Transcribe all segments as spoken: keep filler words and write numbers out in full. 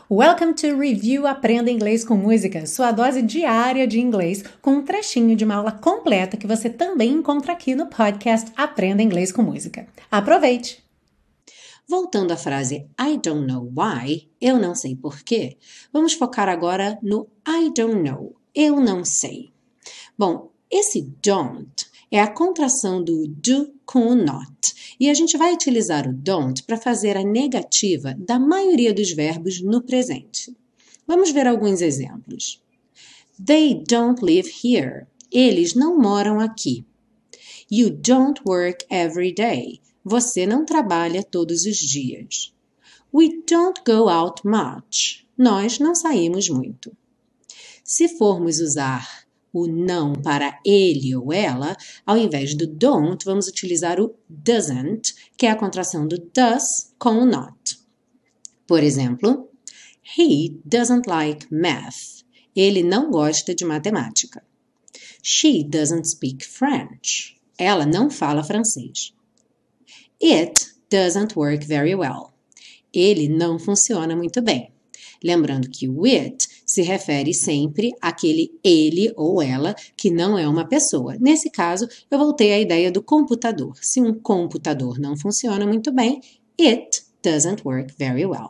Welcome to Review Aprenda Inglês com Música, sua dose diária de inglês com um trechinho de uma aula completa que você também encontra aqui no podcast Aprenda Inglês com Música. Aproveite! Voltando à frase I don't know why, eu não sei porquê, vamos focar agora no I don't know, eu não sei. Bom, esse don't é a contração do do com o not, e a gente vai utilizar o don't para fazer a negativa da maioria dos verbos no presente. Vamos ver alguns exemplos. They don't live here. Eles não moram aqui. You don't work every day. Você não trabalha todos os dias. We don't go out much. Nós não saímos muito. Se formos usar o não para ele ou ela, ao invés do don't, vamos utilizar o doesn't, que é a contração do does com o not. Por exemplo, he doesn't like math. Ele não gosta de matemática. She doesn't speak French. Ela não fala francês. It doesn't work very well. Ele não funciona muito bem. Lembrando que o it se refere sempre àquele ele ou ela que não é uma pessoa. Nesse caso, eu voltei à ideia do computador. Se um computador não funciona muito bem, it doesn't work very well.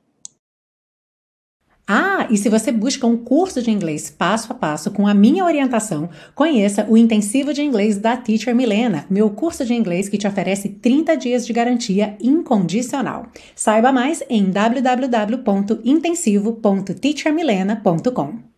Ah, e se você busca um curso de inglês passo a passo com a minha orientação, conheça o Intensivo de Inglês da Teacher Milena, meu curso de inglês que te oferece trinta dias de garantia incondicional. Saiba mais em w w w ponto intensivo ponto teacher milena ponto com.